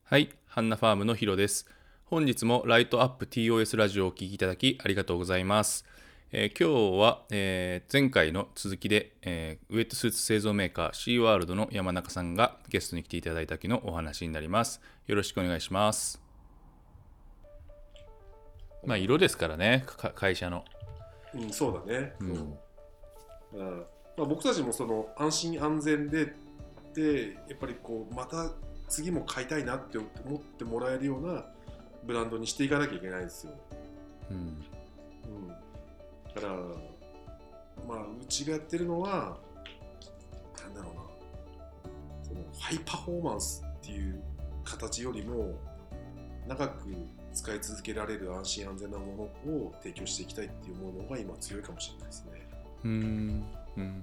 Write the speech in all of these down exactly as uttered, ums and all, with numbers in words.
はい、ハンナファームのヒロです。本日もライトアップ ティーオーエス ラジオをお聞きいただきありがとうございます。えー今日は、えー前回の続きで、えーウェットスーツ製造メーカーシーワールドの山中さんがゲストに来ていただいた時のお話になります。よろしくお願いします。まあ色ですからね、か会社の。 うん、そうだね。 うんうん、まあ、僕たちもその安心安全ででやっぱりこうまた次も買いたいなって思ってもらえるようなブランドにしていかなきゃいけないんですよ。 うんうん、だからまあうちがやってるのはなんだろうな、そのハイパフォーマンスっていう形よりも長く使い続けられる安心安全なものを提供していきたいっていうものが今強いかもしれないですね。 うーんうんうんうん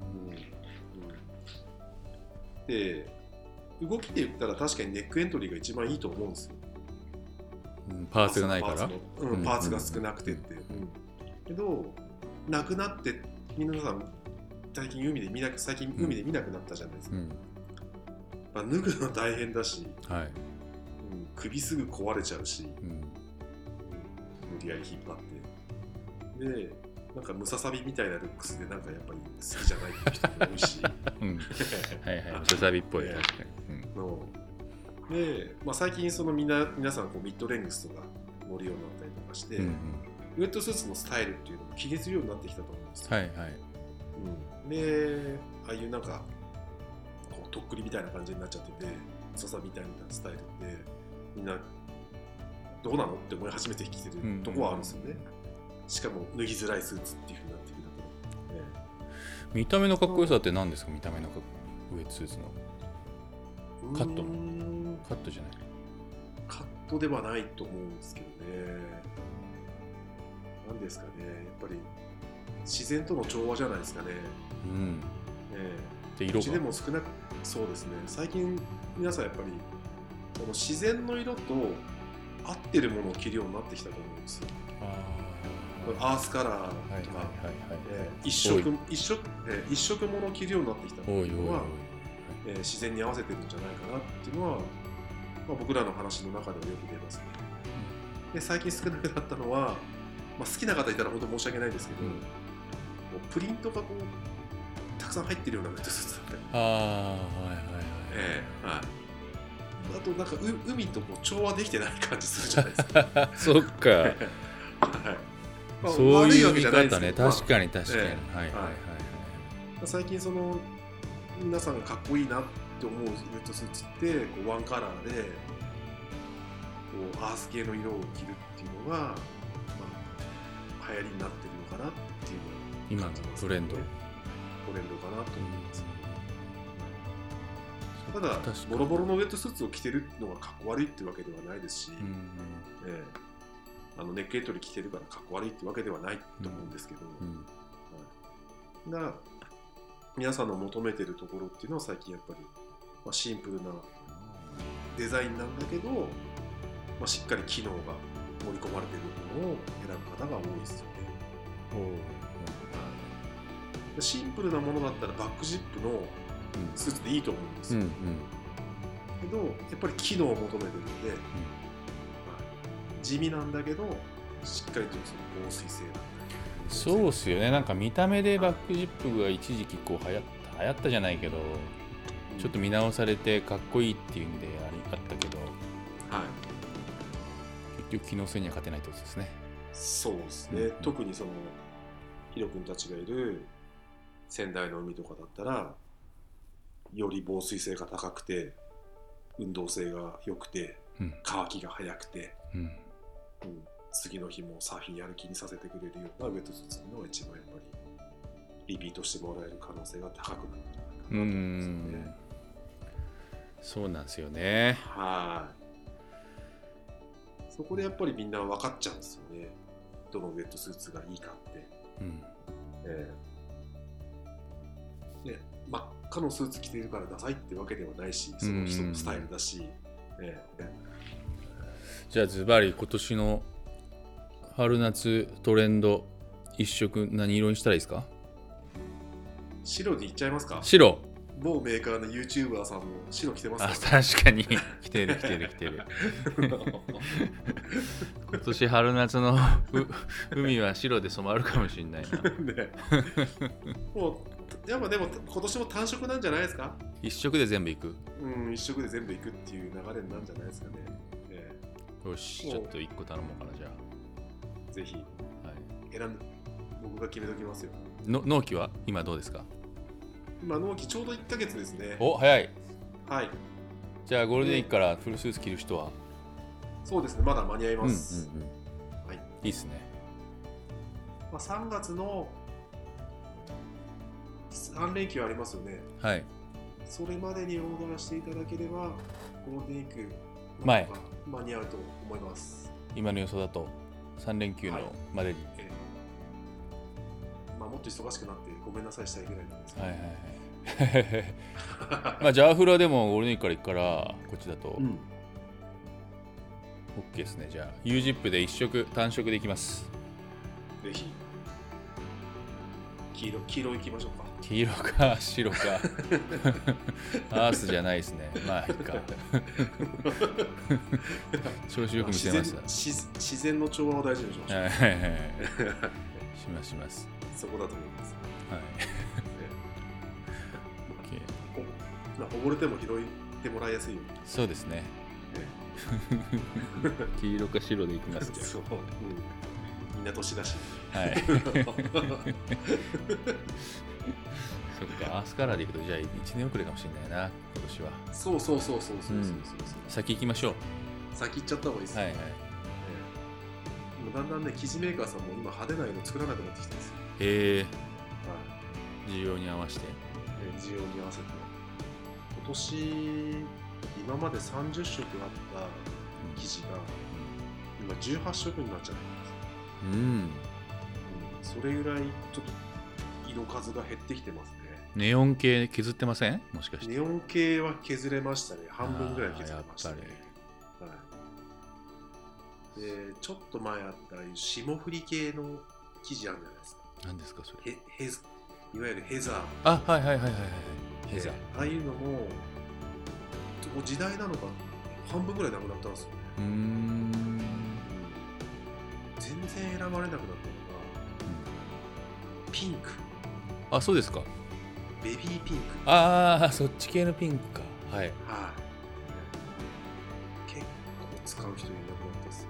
で動きで言ったら確かにネックエントリーが一番いいと思うんですよ。 うんパーツがないからパーツの、うん、パーツが少なくてって、うん、けどなくなって皆さん最近海で見なく最近海で見なくなったじゃないですか。 うんまあ、脱ぐの大変だし、 はいうん、首すぐ壊れちゃうし、 うん無理やり引っ張ってでなんかムササビみたいなルックスでなんかやっぱり好きじゃないっていう人も多いし、 うんはいはいムササビっぽい、 ね確かに、うんので、まあ、最近そのみんな皆さんこうミッドレングスとか乗るようになったりとかして、 うんうんウェットスーツのスタイルっていうのも気にするようになってきたと思うんですよ。 はいはいうん、でああいうなんかこうとっくりみたいな感じになっちゃっててムササビみたいなスタイルってみんなどうなのって思い始めてきてるとこはあるんですよね。しかも脱ぎづらいスーツっていう風になってくると、ね、 見た目のかっこよさって何ですか？見た目のかウェットスーツのカットうーんカットじゃないカットではないと思うんですけどね。なんですかね、やっぱり自然との調和じゃないですかね。 うんねで色がうちでも少なくそうですね。最近皆さんやっぱりその自然の色と合ってるものを着るようになってきたと思うんですよ。 あアースカラーとか、 はいはいはいはいえー一色一色、えー一色ものを着るようになってきたおいおいおいのは、えー自然に合わせてるんじゃないかなっていうのは、まあ、僕らの話の中ではよく出ますね。で最近少なくなったのは、まあ、好きな方いたら本当申し訳ないですけど、 うんもうプリントがこうたくさん入ってるようなウェットスーツだったり、 ああはいはいはいえーはい、あとなんかう海とこう調和できてない感じするじゃないですか。 そっかはいまあそういう見悪いわけじゃないです方ねけど確かに確かに、 ええはいはいはいはい最近その皆さんがかっこいいなって思うウェットスーツってこうワンカラーでこうアース系の色を着るっていうのが、まあ、流行りになってるのかなっていう今の感じますトレンドトレンドかなと思います。ただ確かにボロボロのウェットスーツを着てるのがかっこ悪いってわけではないですし、 うんええあのネックエントリー着てるからかっこ悪いってわけではないと思うんですけど、 うんが皆さんの求めてるところっていうのは最近やっぱり、まあ、シンプルなデザインなんだけど、まあ、しっかり機能が盛り込まれているものを選ぶ方が多いですよね。でシンプルなものだったらバックジップのスーツでいいと思うんですよ、 うんうんけどやっぱり機能を求めてるので、はい地味なんだけどしっかりとその防水性だったりそうっすよね。なんか見た目でバックジップが一時期こう流行った流行ったじゃないけど、ちょっと見直されてかっこいいっていうんでありあったけど、 はい結局機能性には勝てないってことですね。 そうですね、 うん特にそのヒロ君たちがいる仙台の海とかだったらより防水性が高くて運動性が良くてうん乾きが早くて、 うんうん、次の日もサーフィンやる気にさせてくれるようなウェットスーツのが一番やっぱりリピートしてもらえる可能性が高くなるんじゃないかなと思うんですよね。 そうなんですよね。 はいそこでやっぱりみんな分かっちゃうんですよね。どのウェットスーツがいいかって。 うんえーね、真っ赤のスーツ着ているからダサいってわけではないし、その人のスタイルだし、えーじゃあズバリ今年の春夏トレンド一色何色にしたらいいですか？ 白でいっちゃいますか？ 白。 某メーカーの YouTuber さんも白着てますあ、 からね。 確かに来てる来てる来てる。今年春夏の海は白で染まるかもしれないな。 ね、もうやっぱでも今年も単色なんじゃないですか。 一色で全部いく。 うん、一色で全部いくっていう流れになるんじゃないですかね。ね、 よし、ちょっと一個頼もうかな、じゃあ。 ぜひ、 はい、 選んで僕が決めときますよ。 の納期は今どうですか？ 今納期ちょうどいっかげつですね。 お、早い。 はい。 じゃあゴールデンウィークからフルスーツ着る人は、 そうですね、まだ間に合います。 うんうんうん、 はい、 いいっすね。 まあ、さんがつのさん連休ありますよね。 はい。 それまでにオーダーしていただければ、ゴールデンウィーク前間に合うと思います。 今の予想だとさん連休のまでに、はい、 えーまあ、もっと忙しくなってごめんなさいしたいぐらいなんですけど、 はいはいはいまあじゃあアフロでもゴールデンウィークから行くからこっちだと、うん、OK ですね。じゃあ ユージップで一色単色でいきます。 ぜひ黄色黄色いきましょうか。 黄色か白かアースじゃないですね。まあいいか調子よく見せます。 自, 自然の調和を大事にしましょう。 はいはいはいしますします。 そこだと思います。はい。溺れても拾ってもらいやすいように。 そうですね。黄色か白でいきますけど。そう、うん、 みんな年だし。 はい。そっか、アースカラーでいくとじゃあいちねん遅れかもしれないな、今年は。 そうそうそうそうそうそうそう、うん、 先行きましょう。 先行っちゃった方がいいですね。はいはい。えー、だんだんね、生地メーカーさんも今派手な色作らなくなってきてるんですよ。 へえー。はい。需要に合わせて。 えー、需要に合わせて。今年、今までさんじゅっしょくあった生地が、今じゅうはっしょくになっちゃったんです。うん。うん、それぐらいちょっと色数が減ってきてますね。 ネオン系削ってません？もしかして。 ネオン系は削れましたね。半分ぐらい削れましたね。はい、でちょっと前あった霜降り系の生地あるじゃないですか。 何ですかそれ？ ヘヘズいわゆるヘザー。 あ、はいはいはいはいはい。ヘザー。 ああいうのももう時代なのか半分ぐらいなくなったんですよね。うーん。全然選ばれなくなったのが、うん、ピンク。 あ、そうですか。 ベビーピンク。 ああ、そっち系のピンクか。はい。はい。 結構使う人いなくなったっす。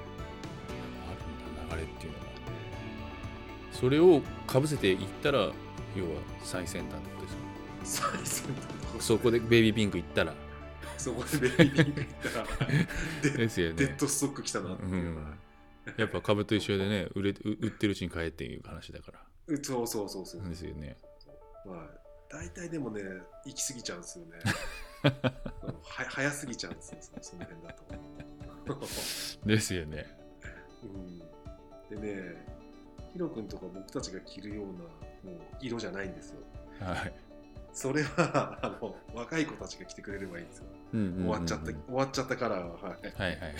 あるんだ、流れっていうのが。それをかぶせていったら、要は最先端ですよ。 最先端。 そこでベビーピンクいったら。 そこでベビーピンクいったら。 ですよね。 デッドストックきたなっていう、うん。 やっぱ株と一緒でね、売れ売ってるうちに買えっていう話だから。 そうそうそうそう。 ですよね。 まあ、大体でもね、行き過ぎちゃうんですよね。は早すぎちゃうんですよ、その辺だと。 ですよね。 うん、でね、ヒロ君とか僕たちが着るようなもう色じゃないんですよ。はい。それはあの若い子たちが着てくれればいいんですよ。うんうんうんうん、終わっちゃった終わっちゃったカラーは、はい、はいはい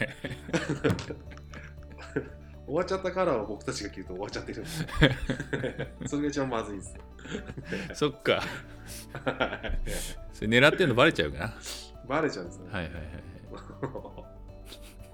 終わっちゃったカラーを僕たちが着ると終わっちゃってるんですよ。それが一番まずいです。 そっか。それ狙ってんのバレちゃうかな。 バレちゃうんですね。はいはいはい。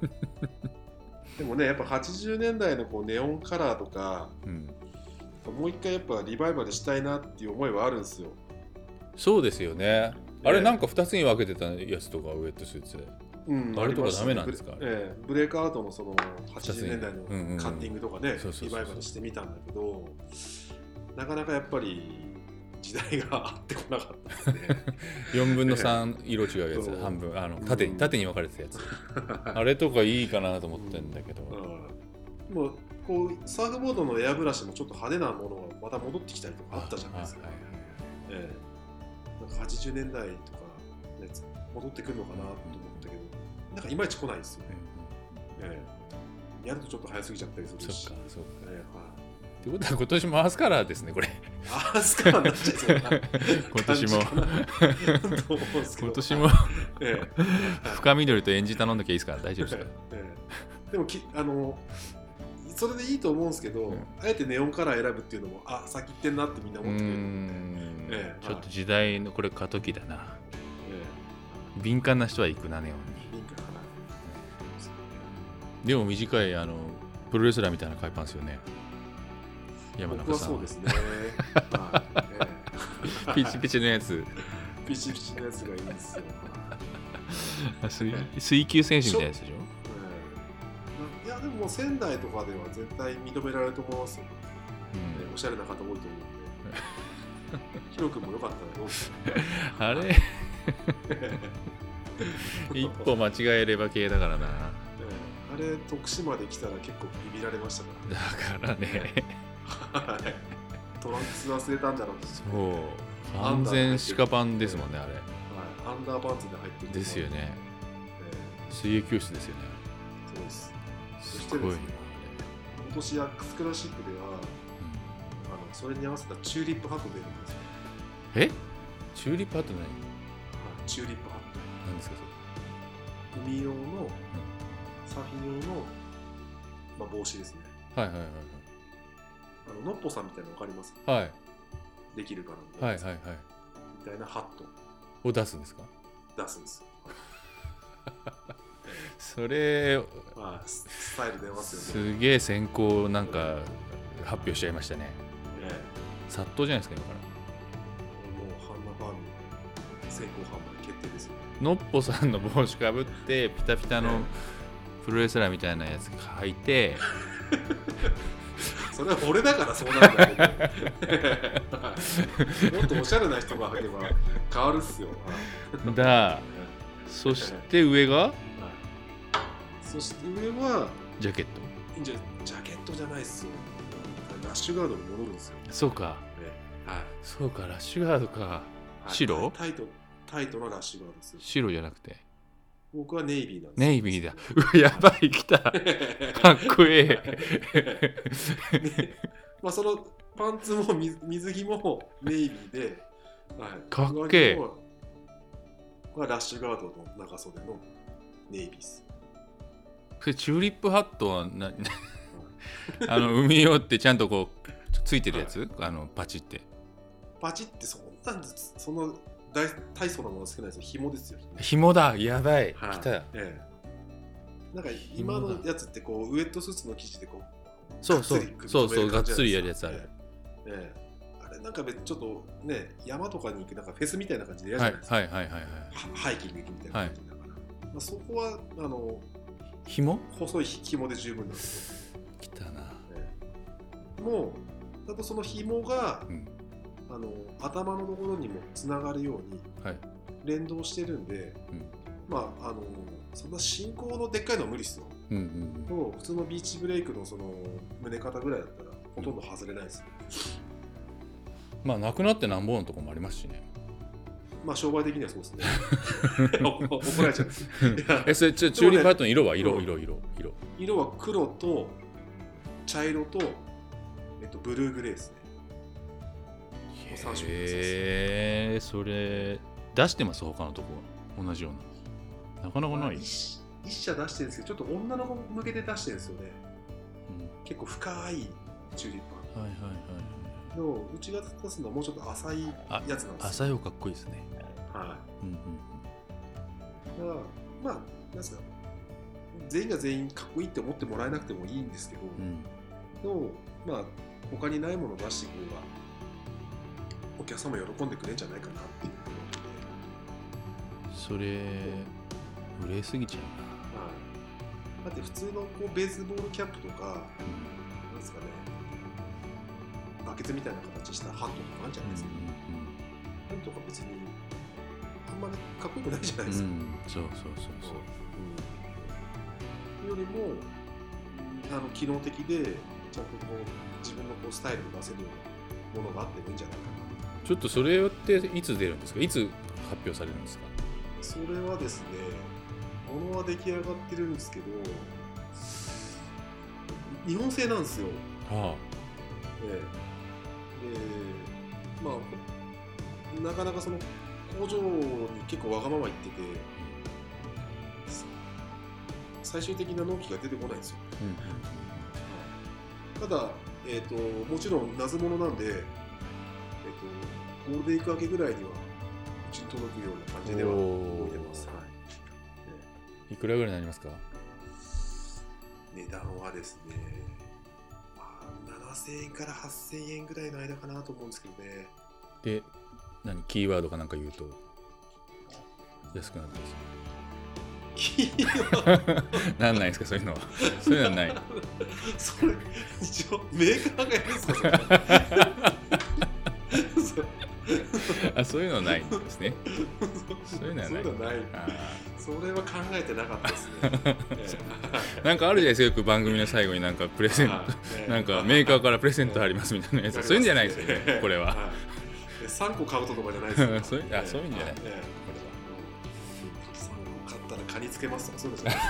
でもね、やっぱはちじゅうねんだいのこうネオンカラーとか、うん、もう一回やっぱリバイバルしたいなっていう思いはあるんですよ。 そうですよね。あれなんかふたつに分けてたやつとかウェットスーツで。うん、あれとかダメなんですか？ ブレ、ええ、ブレイクアウトのそのはちじゅうねんだいのカッティングとかね、リバイバルしてみたんだけど、なかなかやっぱり時代が合ってこなかったですね。 よんぶんのさん色違うやつ、半分あの 縦, 縦に分かれてたやつ。あれとかいいかなと思ってんだけど。 うん、もうこうサーフボードのエアブラシもちょっと派手なものがまた戻ってきたりとかあったじゃないですか。はいはいはい、ええ、なんかはちじゅうねんだいとかのやつ戻ってくるのかなと思ったけど、なんかいまいち来ないですよね。うんええ、やるとちょっと早すぎちゃったりするし。 そうかそうか。ええ、はい。ってことは今年もアースカラーですねこれ。 アースカラーになっちゃいそうな。 今年も。今年も、ええ、深緑とエンジ頼んだきゃいいですから大丈夫ですか。ええ、でもきあのそれでいいと思うんですけど、うん、あえてネオンカラー選ぶっていうのもあ先行ってんなってみんな思ってくれるので、 ええ、ちょっと時代のこれ過渡期だな、ええ、敏感な人は行くなネオンに。敏感かな。でも短いあのプロレスラーみたいな海パンですよね、山中さんは。僕はそうですね、はい、ええ、ピチピチのやつピチピチのやつがいいんですよ水, 水球選手みたいなやつでしょ。 いやでも仙台とかでは絶対認められると思いますよ、うん、おしゃれな方多いと思うんでヒロ君もよかったらどうですかあれ一歩間違えれば系だからな、 あれ徳島で来たら結構ビビられましたからだからねトランクス忘れたんだろう。 そう完全鹿パンですもんねあれ、 はい、アンダーパンツで入ってるですよね、えー、水泳教室ですよね。 そうです。そしてですね、今年アックスクラシックでは、うん、あのそれに合わせたチューリップハット出るんですよ。 えチューリップハット何？ チューリップハット何ですかそれ？海用の、うん、サーフィン用の、まあ、帽子ですね。 はいはいはいはい。 あのノッポさんみたいなの分かりますか？ はい。 できるからはいはいはい。 みたいなハットを出すんですか？ 出すんですよ。 それ、 まあ、スタイル出ますよね。すげえ先行なんか発表しちゃいましたね。 ええ、 殺到じゃないですか今から。 もうハンナファーム先行販売決定ですよ。 ノッポさんの帽子かぶってピタピタのプロレスラーみたいなやつ履いてそれは俺だからそうなんだけどもっとおしゃれな人が履けば変わるっすよだそして上が、はい、 そして上はジャケットじゃジャケットじゃないっすよ。ラッシュガードに戻るんですよ。 そうか、ね、 はい、 そうかラッシュガードか、はい、白タイトタイトのラッシュガードですよ。 白じゃなくて僕はネイビーなんです。 ネイビーだ。うわやばい来たかっこいい、ね、 まあそのパンツも 水, 水着もネイビーで、はい、 かっけえ。 ラッシュガードの長袖のネイビーです。 それチューリップハットはなあの海用ってちゃんとこうついてるやつ、はい、あのパチってパチってそんなんその大, 大層なもの少ないですよ。紐ですよ。 紐だやばい、はい、来た、ええ、なんか今のやつってこうウエットスーツの生地でこうそうそうそうそうがっつりやるやつある、 ええええ、あれなんかちょっとね山とかに行くなんかフェスみたいな感じでやるじゃないですか。 はいはいはいはいはい、 ハイキングみたいな感じだから、はい、まあ、そこはあの紐細い紐で十分なんですよ。 来たな、 ええ、もうただその紐が、うん、あの頭のところにもつながるように連動してるんで、はい、うん、まああのそんな進行のでっかいのは無理ですよ、うんうんうん、普通のビーチブレイクのその胸肩ぐらいだったらほとんど外れないですね、 うん、まあなくなってなんぼのとこもありますしね。 まあ商売的にはそうですね怒られちゃうえそれチューリップハットの色は色、ね、色色色色は黒と茶色と、えっと、ブルーグレーですね。 へえ、それ出してます他のとこ同じような。なかなかない、まあ、 一, 一社出してるんですけどちょっと女の子向けて出してるんですよね、うん、結構深いチューリップはいはいはいのうちが出すのはもうちょっと浅いやつなんですよ。 浅い方かっこいいですね。 はい、うんうんうん、だからまあなんですか全員が全員かっこいいって思ってもらえなくてもいいんですけど、うん、でもまあ他にないものを出していく方がお客様喜んでくれるんじゃないかなっていうそれ売れすぎちゃうな、はい、だって普通のこうベースボールキャップとか、うん、なんですかねバケツみたいな形したハットとかあるじゃないですか、うんうんうん、ハットとか別にあんまりかっこよくないじゃないですか、うん、 そうそうそうそう、 うん、よりもあの機能的でちゃんとこう自分のこうスタイルを出せるようなものがあってもいいんじゃないかな。 ちょっとそれっていつ出るんですか？いつ発表されるんですか？ それはですね、ものは出来上がってるんですけど、日本製なんですよ。はあ、で、で、まあなかなかその工場に結構わがまま言ってて、最終的な納期が出てこないんですよ。うんうん、 ただ、えー、ともちろん謎物なんで、えー、とゴールデンウィーク明けぐらいにはうちに届くような感じでは動いてます、はい。 いくらぐらいになりますか？ 値段はですね、まあ、ななせんえんからはっせんえんぐらいの間かなと思うんですけどね。 で、何キーワードかなんか言うと安くなるんですか？ キーワードなんないですかそういうのは。そういうのはない。 それ一応メーカーがやるんですかそれあ、そういうのはないんですね。そういうのはない。 そういうのはない。 あそれは考えてなかったですね。 ーなんかあるじゃないですか、よく番組の最後になんかプレゼント、なんかメーカーからプレゼントありますみたいなやつ。そういうんじゃないですよね、これは。 さんこ買うととかじゃないですよ。 そういうあ、そういうんじゃない。 さんこ買ったら蚊につけますとかそう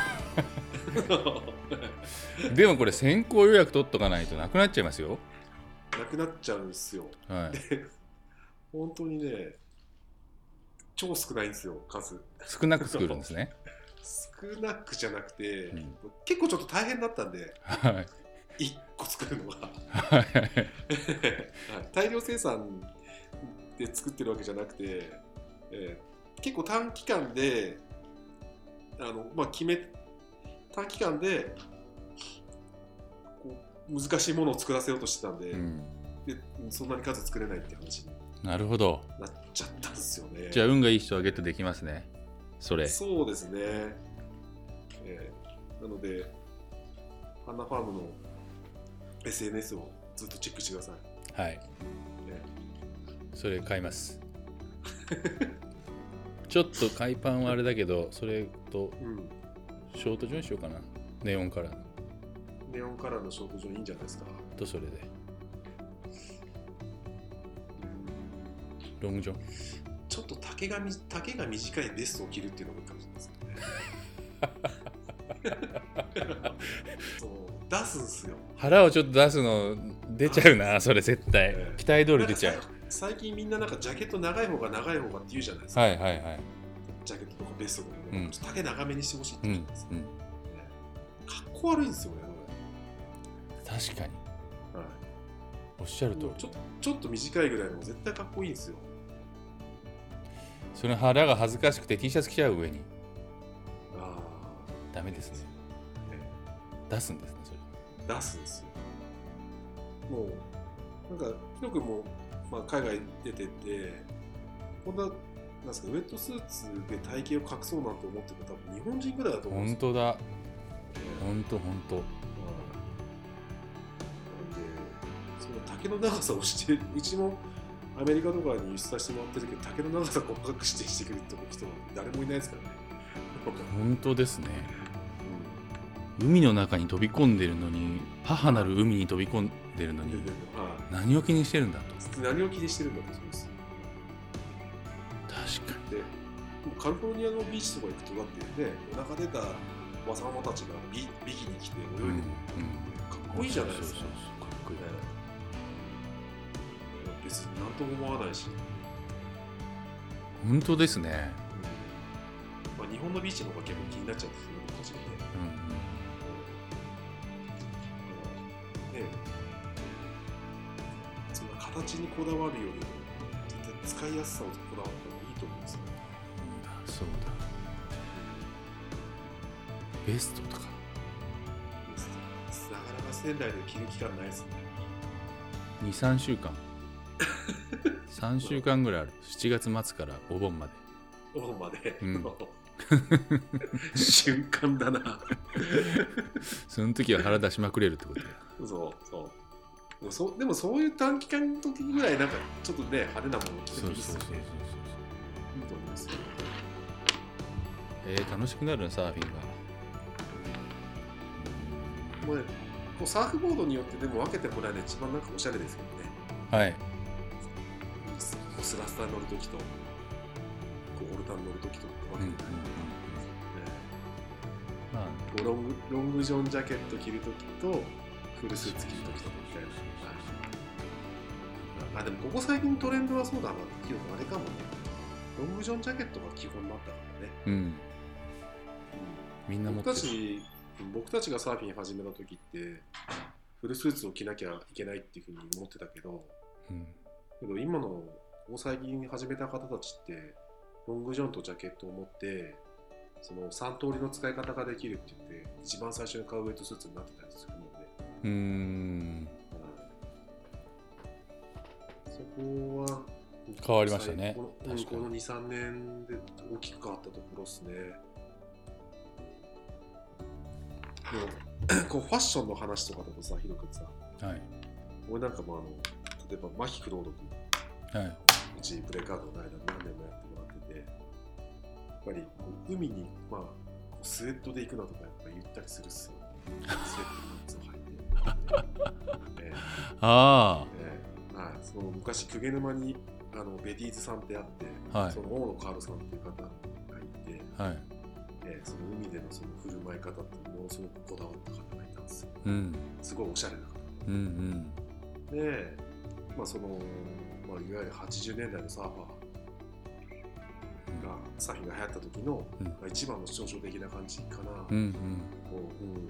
ですよ。 でもこれ先行予約取っとかないとなくなっちゃいますよ。 なくなっちゃうんですよ。 はい。 本当にね、超少ないんですよ、数。 少なく作るんですね。 少なくじゃなくて、 うん、 結構ちょっと大変だったんで、 はい、 いっこ作るのが。 はい、 大量生産で作ってるわけじゃなくて、えー、結構短期間で、あのまあ、決め短期間でこう難しいものを作らせようとしてたんで、うん、でそんなに数作れないって話になるほどなっちゃったんですよね。 じゃあ運がいい人はゲットできますね。それそうですね、えー、なのでハンナファームの エスエヌエス をずっとチェックしてください。 はい、えー、それ買います。ちょっと海パンはあれだけど、それとショートジョンしようかな。ネオンカラーネオンカラーのショートジョンいいんじゃないですか。 とそれでロングジョンちょっと丈がみ丈が短いベストを着るっていうのもいいかもしれないですね。そう出すんすよ。 腹をちょっと出すの出ちゃうな、それ絶対、えー、期待通り出ちゃう。 最近みんななんかジャケット長い方が長い方がって言うじゃないですか。 はいはいはい。 ジャケットとかベストとかも、うん、丈長めにしてほしいって言うじゃないですか、 うんうん、 かっこ悪いんですよね。 確かに、はい、おっしゃる通り。 ちょ、ちょっと短いぐらいの絶対かっこいいんですよ。 その腹が恥ずかしくて T シャツ着ちゃう上にあダメですね。出すんですね。それ出すんですよ。もうなんかひろくんも、まあ、海外出ててこんななんですかウェットスーツで体型を隠そうなんて思ってるの多分日本人ぐらいだと思うんですよ。 本当だ、本当本当。なんでその丈の長さをしてうちもアメリカとかに輸出させてもらってるけど丈の長さ細かく指定してくれる人は誰もいないですからね。 本当ですね、うん、海の中に飛び込んでるのに母なる海に飛び込んでるのに、はい、何を気にしてるんだと。 何を気にしてるんだと。そうです。 確かに。 でカリフォルニアのビーチとか行くとだってねお腹出た若者たちが ビ, ビキに来て泳いでる、うんうん、かっこいいじゃないですか。そうそうそうかっこいい、ね、別に何とも思わないし。 本当ですね、 うんまあ、日本のビーチの方が結構気になっちゃうんですよね、個人で、うんうん、ねそんな形にこだわるよりも絶対使いやすさをこだわった方がいいと思うんですよね。 うん、そうだ。ベストとかベストなかなか仙台で着る期間ないですね。 にさんしゅうかんさんしゅうかんぐらいある。しちがつ末からお盆まで。 お盆まで、うん、瞬間だな。 その時は腹出しまくれるってことだ。 そうそうでもそでもそういう短期間の時ぐらいなんかちょっとね派手なもの着てもいいですよね。いいと思いますよ。 えー、楽しくなるねサーフィンが。 もうね、こうサーフボードによってでも分けてもらえるの一番なんかおしゃれですけどね。 はい。 スラスター乗るときとこうオルタン乗るときと分けてない、うんうんうんね、ロング、ロングジョンジャケット着るときとフルスーツ着るときとみたいな。あでもここ最近トレンドはそうだな。ヒロあれかもね。ロングジョンジャケットが基本になったからね。うん。うん、 みんな持ってる。 僕たち僕たちがサーフィン始めたときってフルスーツを着なきゃいけないっていうふうに思ってたけど、 うん、 けど今の最近始めた方たちってロングジョンとジャケットを持ってそのさん通りの使い方ができるって言って一番最初に買うウェットスーツになってたりするので、 うーん、 そこは変わりましたね。 この、このにさんねんで大きく変わったところですね。こうファッションの話とかだとさ、ひろくんさ、 はい、 俺なんかもあの例えばマヒクロード君、はい、うちプレカードの間何年もやってもらってて、やっぱりこう海に、まあ、スウェットで行くのとかやっぱ言ったりするっすよ。スウェットのやつを履いて。えー、ああ、えーはい、その昔鵠沼にあのベディーズさんってあって、はい、その大野カールさんっていう方がいて、はい、えー、その海でのその振る舞い方ってものすごくこだわった方がいたんですよ。うん、すごいおしゃれな方。うんうん、で、まあそのまあ、いわゆるはちじゅうねんだいのサーファーがサーフィンが流行った時の、うんまあ、一番の象徴的な感じかな、うんうんこううん、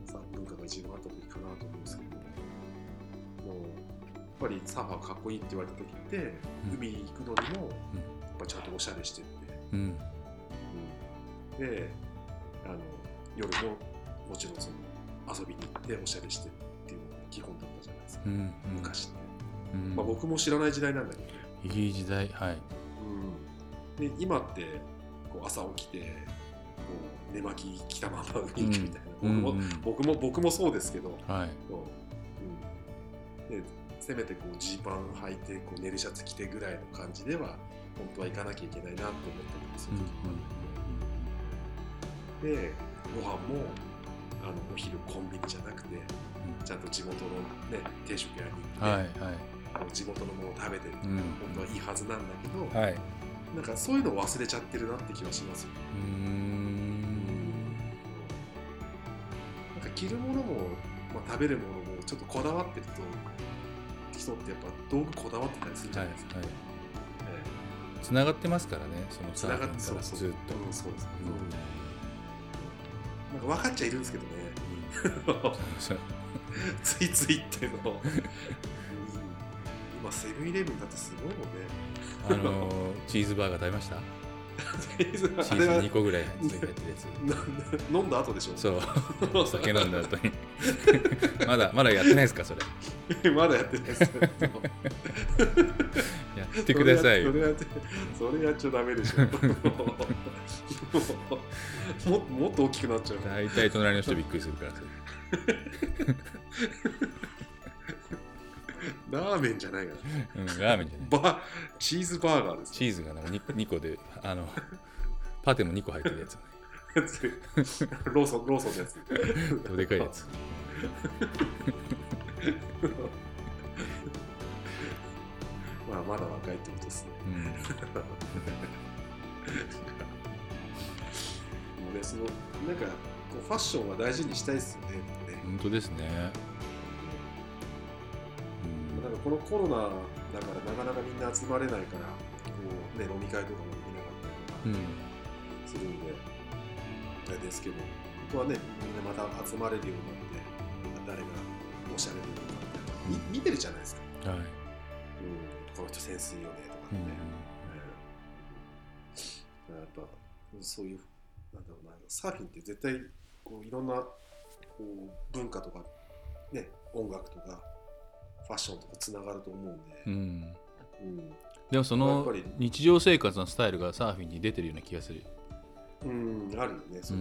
さ文化が一番あった時かなと思うんですけども、もうやっぱりサーファーかっこいいって言われた時って、うん、海に行くのにも、うん、やっぱちゃんとおしゃれしてって、うんうん、であの夜ももちろんその遊びに行っておしゃれしてっていうのが基本だったじゃないですか、うんうん、昔って、うんまあ、僕も知らない時代なんだけどね。 いい時代、はい、 うん、で今ってこう朝起きてこう寝巻き着たまま海に行くみたいな、うん、僕も、うん、僕も僕もそうですけど、はいこううん、でせめてこうジーパン履いてこうネルシャツ着てぐらいの感じでは本当は行かなきゃいけないなと思ってるんですよ、うんうん、でご飯もあのお昼コンビニじゃなくて、うん、ちゃんと地元の、ね、定食屋に行って、はいはい、地元のものを食べてるって、うん、本当はいいはずなんだけど、はい、なんかそういうのを忘れちゃってるなって気はしますよ。うーんなんか着るものも、まあ、食べるものもちょっとこだわってると人ってやっぱ道具こだわってたりするじゃないですか。はいはいえー、つながってますからね、そのつながってそうそうずっと、うん、そうです、うん、なんか分かっちゃいるんですけどね、うん、ついついっていうのを今セブンイレブンだってすごいもんね。 あのー、チーズバーガー食べました？チーズにこぐらい入ってるやつ飲んだ後でしょ。 そうお酒飲んだ後にまだまだやってないですかそれ？まだやってないです。やってくださいよ。 それやってそれやっちゃダメでしょ。も, もっと大きくなっちゃう。 大体隣の人びっくりするからラーメンじゃないから、 うん、ラーメンじゃないバチーズバーガーです。 チーズがなんか 2, にこであのパテもにこ入ってるやつ、 ね、ローソンローソンのやつどでかいやつまあまだ若いってことですね、うん、もうねそのなんかこうファッションは大事にしたいですよね。 本当ですね。 なんかこのコロナだからなかなかみんな集まれないからこう、ね、飲み会とかもできなかったりとかするんで、あれですけど本当はねみんなまた集まれるようになって誰がおしゃれでいるのかみたいな、見てるじゃないですか、はいうん、この人潜水よねとかね、うんうん、やっぱそういうなんだろうなサーフィンって絶対こういろんなこう文化とか、ね、音楽とかファッションとかつながると思うんで、うんうん、でもその日常生活のスタイルがサーフィンに出てるような気がする。 うんあるよねそれ、うん、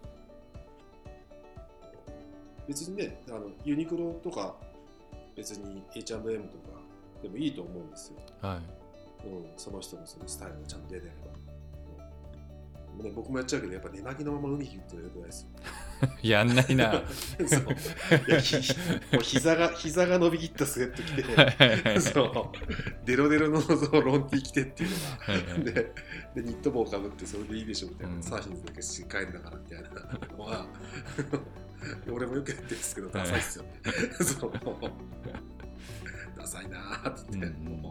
別にねあのユニクロとか別に エイチアンドエム とかでもいいと思うんですよ、はいうん、その人のそのスタイルがちゃんと出てれば、うんね、僕もやっちゃうけどやっぱ寝巻きのまま海行くってのはよくないですよやんないなそういやひもう膝が膝が伸びきったスウェット着てそうデロデロのロンティ着てっていうのがででニット帽かぶってそれでいいでしょみたいな、うん、サーフィンだけしっかりだからみたいなのは俺もよくやってるんですけどダサいっすよね、はい、そうダサいなーって言って、うんうん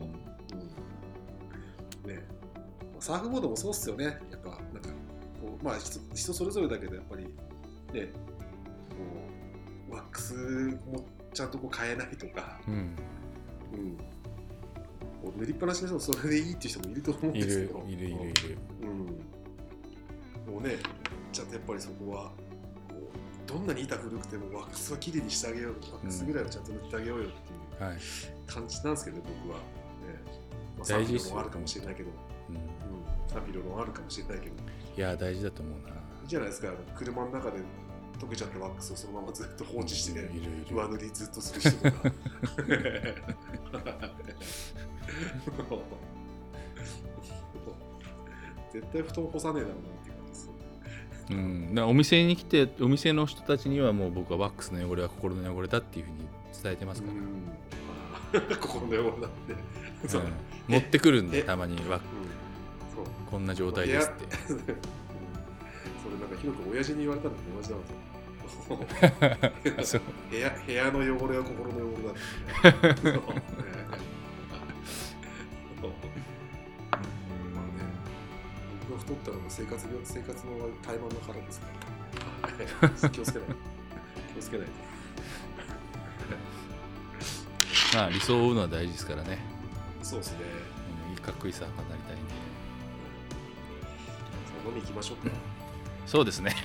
うん、ねサーフボードもそうっすよね。やっぱなんかこうまあ 人, 人それぞれだけどやっぱりねこうワックスもちゃんとこう変えないとか、 うん、 うん、塗りっぱなしの人もそれでいいっていう人もいると思うんですけど、 いるいるいるいる、 うん、もうねちゃんとやっぱりそこはこうどんなに板古くてもワックスはきれいにしてあげよう、ワックスぐらいはちゃんと塗ってあげようよっていう感じなんですけど、ね、僕は、ね、まあ、賛否両論あるかもしれないけど、うんうん、賛否両論あるかもしれないけど、 いや大事だと思うな。 いいじゃないですか、車の中で溶けちゃったワックスをそのままずっと放置してね、うん、上塗りずっとする人とか絶対布団干さねえだろうなっていう感じです。うん、 だからお店に来てお店の人たちにはもう僕はワックスの汚れは心の汚れだっていうふうに伝えてますから、 うん、心の汚れだって、そう、 うん、持ってくるんでたまにワック、 うん、そうこんな状態ですって、 それなんかひろく親父に言われたのと同じだなと部, 屋部屋の汚れは心の汚れだって、ね、僕が太ったのも生活病生活の怠慢のからですから気をつけない気をつけないまあ理想を追うのは大事ですからね。 そうですね、 うん、いいかっこいいサーファーになりたいんで、 うん、飲み行きましょうか。 そうですね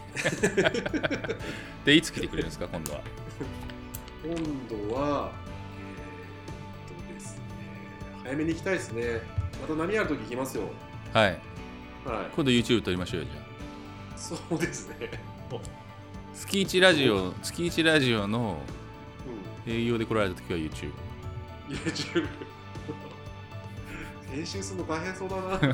でいつ来てくれるんですか今度は。 今度はえー、っとですね早めに行きたいですね。また波あるとき行きますよ。 はい、はい、今度 YouTube 撮りましょうよ。じゃあそうですね月一ラジオ月一ラジオの営業で来られたときは YouTube YouTube 編集するの大変そうだな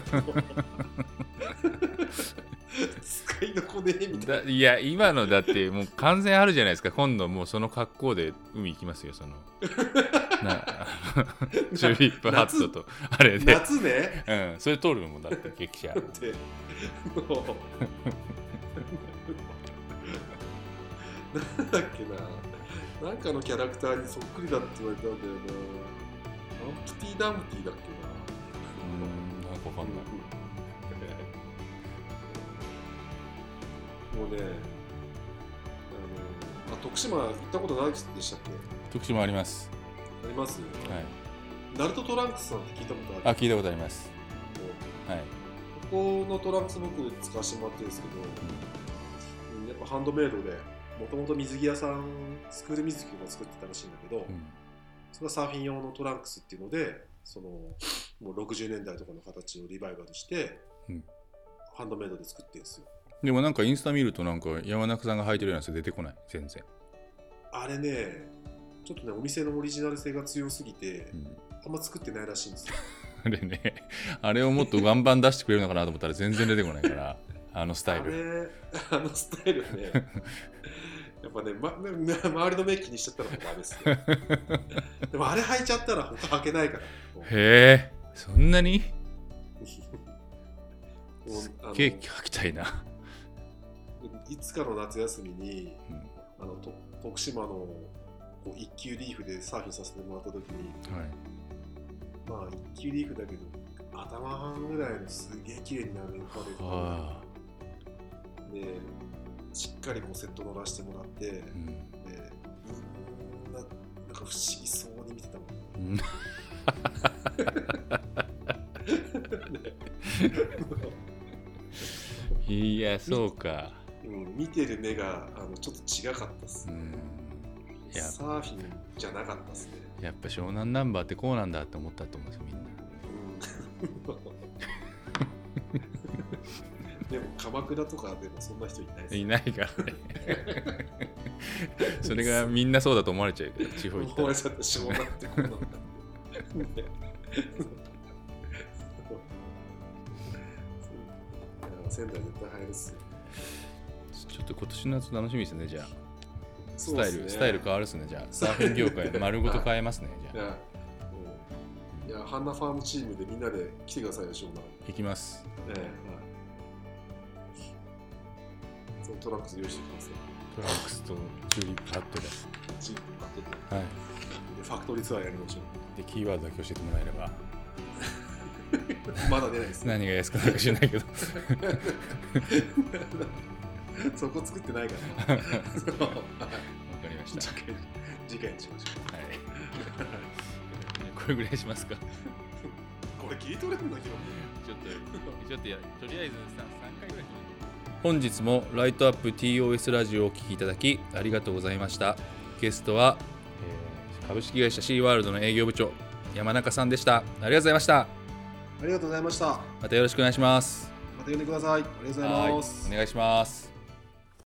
使いどこねえみたいな。 いや今のだってもう完全あるじゃないですか。今度もうその格好で海行きますよ。そのなチューリップハットとあれで夏ね、 うん、それ撮るもんだって激写ってなんだっけな、なんかのキャラクターにそっくりだって言われたんだよな。アンプティダンプティだっけな。 うーん、なんかわかんない、 うん、もうね、あのあ徳島行ったことないでしたっけ。 徳島あります。 あります、 はい、 ナルトトランクスさんって聞いたことある。 あ、聞いたことあります。はい、 ここのトランクス僕使わせてもらってるんですけど、うん、やっぱハンドメイドでもともと水着屋さんスクール水着を作ってたらしいんだけど、うん、それがサーフィン用のトランクスっていうのでそのもうろくじゅうねんだいとかの形をリバイバルして、うん、ハンドメイドで作ってるんですよ。 でもなんかインスタ見るとなんか山中さんが履いてるようなやつ出てこない全然。 あれねちょっとねお店のオリジナル性が強すぎて、うん、あんま作ってないらしいんですよあれねあれをもっとバンバン出してくれるのかなと思ったら全然出てこないからあのスタイルあれあのスタイルねやっぱね、ま、周りの目気にしちゃったらもうダメですよでもあれ履いちゃったら他履けないから。へえそんなにすっげえ履きたいな。 いつかの夏休みに、うん、あのと徳島のこう一級リーフでサーフィンさせてもらった時に、はい、まあ一級リーフだけど頭半ぐらいのすげえ綺麗になるパレットでしっかりこうセット乗らせてもらって、うん、でみんななんか不思議そうに見てたもん、 うん、いやそうか、 うん、見てる目があのちょっと違かったっす、うん、いやサーフィンじゃなかったっすね。 やっぱ湘南ナンバーってこうなんだって思ったと思うんですよみんな、 うん、でも鎌倉とかでもそんな人いないです、ね、 いないからねそれがみんなそうだと思われちゃうけど地方行ったら思われちゃって湘南ってこうなんだ仙台絶対入るっすよ。 ちょっと今年の夏楽しみですね。じゃあスタイル、ね、スタイル変わるっすね。じゃあサーフィン業界丸ごと変えますね。じゃあいや、ハンナファームチームでみんなで来てくださいよ、湘南。 行きます。 ええ、はい。そのトランクス用意してきますよ。 トランクスとチューリップハットで。 チューリップハットで。はい。で、ファクトリーツアーやりましょう。 で、キーワードだけ教えてもらえれば。 まだ出ないです、ね。 何が安くなるか知らないけど。 そこ作ってないから。わかりまました。 次回次回にしましょう。 はい。これぐらいしますか。 これ聞いとれるんだけど。 ちょっとちょっとやとりあえずさんかいぐらい。本日もライトアップ ティーオーエス ラジオをお聞きいただきありがとうございました。ゲストは、えー、株式会社シーワールドの営業部長山中さんでした。ありがとうございました。 ありがとうございました。 またよろしくお願いします。 また呼んでください。ありがとうございます。 お願いします。